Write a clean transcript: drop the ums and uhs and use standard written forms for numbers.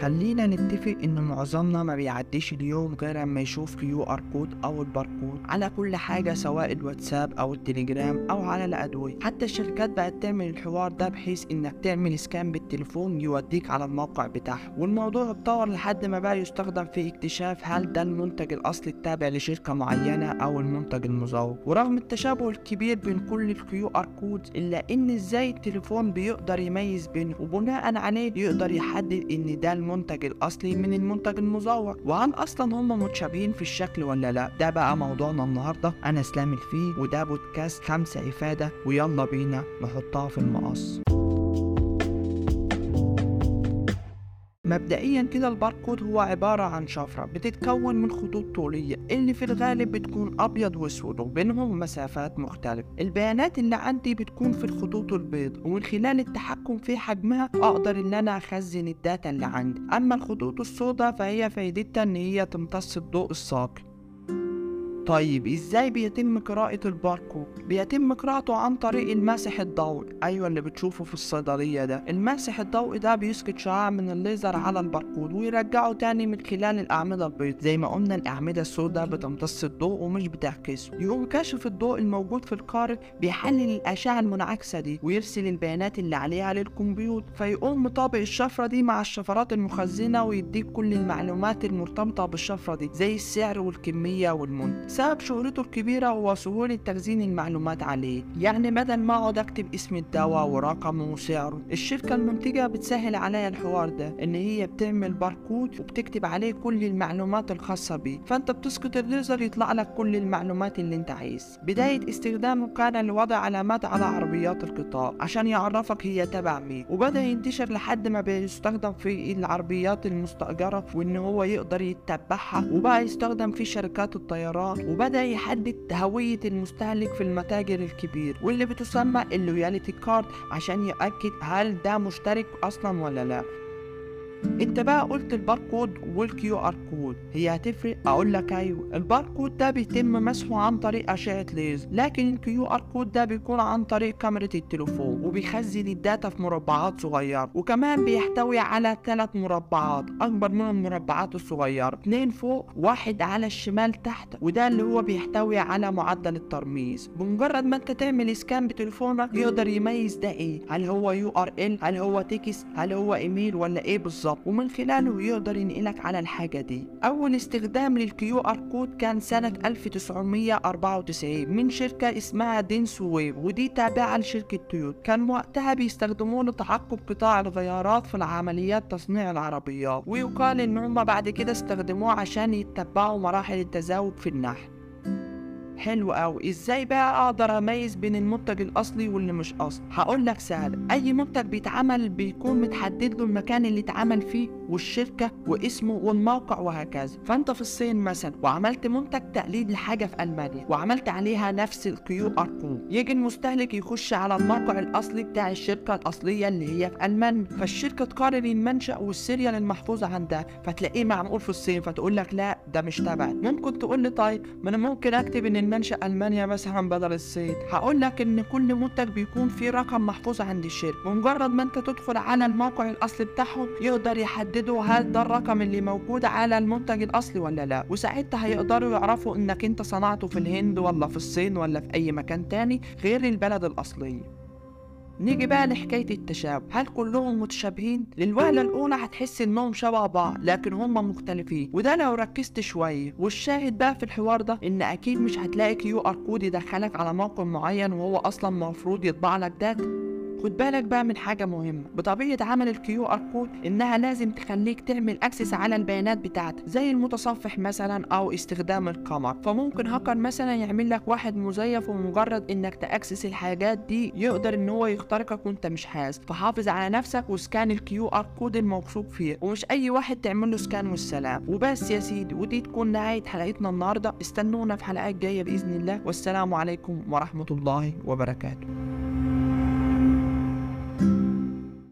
خلينا نتفق ان معظمنا ما بيعديش اليوم غير اما يشوف QR كود او الباركود على كل حاجة، سواء الواتساب او التليجرام او على الادوية. حتى الشركات بقت تعمل الحوار ده بحيث انك تعمل سكان بالتليفون يوديك على الموقع بتاعهم، والموضوع اتطور لحد ما بقى يستخدم في اكتشاف هل ده المنتج الاصلي التابع لشركة معينة او المنتج المزور. ورغم التشابه الكبير بين كل QR كود، الا ان ازاي التليفون بيقدر يميز بينه وبناء عليه يقدر يحدد ان ده المنتج الاصلي من المنتج المزور، وهل اصلا هم متشابهين في الشكل ولا لا. ده بقى موضوعنا النهارده. انا اسلام الفيل، وده بودكاست 5 افادة، ويلا بينا نحطها في المقص. مبدئيا كده الباركود هو عبارة عن شفرة بتتكون من خطوط طولية اللي في الغالب بتكون أبيض وأسود وبينهم مسافات مختلفة. البيانات اللي عندي بتكون في الخطوط البيض، ومن خلال التحكم في حجمها أقدر إن أنا أخزن الداتا اللي عندي. أما الخطوط السوداء فهي فايدتها إن هي تمتص الضوء الساطع. طيب ازاي بيتم قراءة الباركود؟ بيتم قراءته عن طريق الماسح الضوئي، ايوه اللي بتشوفه في الصيدلية ده. الماسح الضوئي ده بيسقط شعاع من الليزر على الباركود ويرجعه تاني من خلال الأعمدة البيض. زي ما قلنا الأعمدة السوداء بتمتص الضوء ومش بتعكسه. يقوم كاشف الضوء الموجود في القارئ بيحلل الأشعة المنعكسة دي ويرسل البيانات اللي عليها للكمبيوتر، فيقوم مطابق الشفرة دي مع الشفرات المخزنة ويديك كل المعلومات المرتبطة بالشفرة دي، زي السعر والكمية والمنتج. سبب شهرته الكبيرة هو سهولة تخزين المعلومات عليه. يعني بدل ما اقعد اكتب اسم الدواء ورقمه وسعره، الشركة المنتجة بتسهل عليا الحوار ده، ان هي بتعمل باركود وبتكتب عليه كل المعلومات الخاصة بيه، فانت بتسقط الليزر يطلع لك كل المعلومات اللي انت عايز. بداية استخدامه كان لوضع علامات على عربيات القطار عشان يعرفك هي تبع مين، وبدأ ينتشر لحد ما بيستخدم في العربيات المستأجرة وان هو يقدر يتبعها، وبقى يستخدم في شركات الطيران، وبدأ يحدد هوية المستهلك في المتاجر الكبير واللي بتسمى اللويالتي كارد عشان يأكد هل ده مشترك أصلا ولا لا. انت بقى قلت الباركود والQR كود، هي هتفرق؟ اقول لك ايوه. الباركود ده بيتم مسحه عن طريق اشعة ليزر، لكن الQR كود ده بيكون عن طريق كاميرا التليفون وبيخزن الداتا في مربعات صغيرة، وكمان بيحتوي على 3 مربعات اكبر من المربعات الصغيرة، 2 فوق واحد على الشمال تحت، وده اللي هو بيحتوي على معدل الترميز. بمجرد ما انت تعمل سكان بتليفونك يقدر يميز ده ايه، هل هو URL، هل هو تكست، هل هو ايميل، ولا ايه بالظبط، ومن خلاله يقدر ينقلك على الحاجة دي. أول استخدام للQR كود كان سنة 1994 من شركة اسمها دينس ويب، ودي تابعة لشركة تويوتا. كان وقتها بيستخدموه لتعقب قطاع الغيارات في العمليات تصنيع العربيات، ويقال إن هم بعد كده استخدموه عشان يتبعوا مراحل التزاوج في النحل. حلو أوي. ازاي بقى اقدر اميز بين المنتج الاصلي واللي مش اصلي؟ هقول لك سهل. اي منتج بيتعمل بيكون متحدد له المكان اللي اتعمل فيه والشركه واسمه والموقع وهكذا. فانت في الصين مثلا وعملت منتج تقليد لحاجه في المانيا وعملت عليها نفس الQR كود، يجي المستهلك يخش على الموقع الاصلي بتاع الشركه الاصليه اللي هي في المانيا، فالشركه تقارن المنشأ والسيريال المحفوظ عندها فتلاقيه معمول في الصين، فتقول لك لا ده مش تبعي. ممكن تقول لي طيب ما انا ممكن اكتب ان المنشأ ألمانيا مثلا بدل الصين. هقول لك ان كل منتج بيكون فيه رقم محفوظ عند الشركة، ومجرد ما انت تدخل على الموقع الاصلي بتاعهم يقدر يحددوا هل ده الرقم اللي موجود على المنتج الاصلي ولا لا، وساعتها هيقدروا يعرفوا انك انت صنعته في الهند ولا في الصين ولا في اي مكان تاني غير البلد الاصلية. نيجي بقى لحكاية التشابه، هل كلهم متشابهين؟ للوهلة الأولى هتحس إنهم شبه بعض لكن هم مختلفين، وده لو ركزت شوية. والشاهد بقى في الحوار ده إن أكيد مش هتلاقي QR كود يدخلك على موقع معين وهو أصلا مفروض يطبع لك داتا. خد بالك بقى من حاجة مهمة، بطبيعة عمل الQR كود إنها لازم تخليك تعمل أكسس على البيانات بتاعتك زي المتصفح مثلا أو استخدام القمر. فممكن هاكر مثلا يعمل لك واحد مزيف، ومجرد إنك تأكسس الحاجات دي يقدر إن هو يخترقك وإنت مش حاسس. فحافظ على نفسك وسكان الQR كود الموثوق فيه، ومش أي واحد تعمل له سكان والسلام. وبس يا سيدي، ودي تكون نهاية حلقتنا النهاردة. استنونا في حلقات جاية بإذن الله، والسلام عليكم ورحمة الله وبركاته.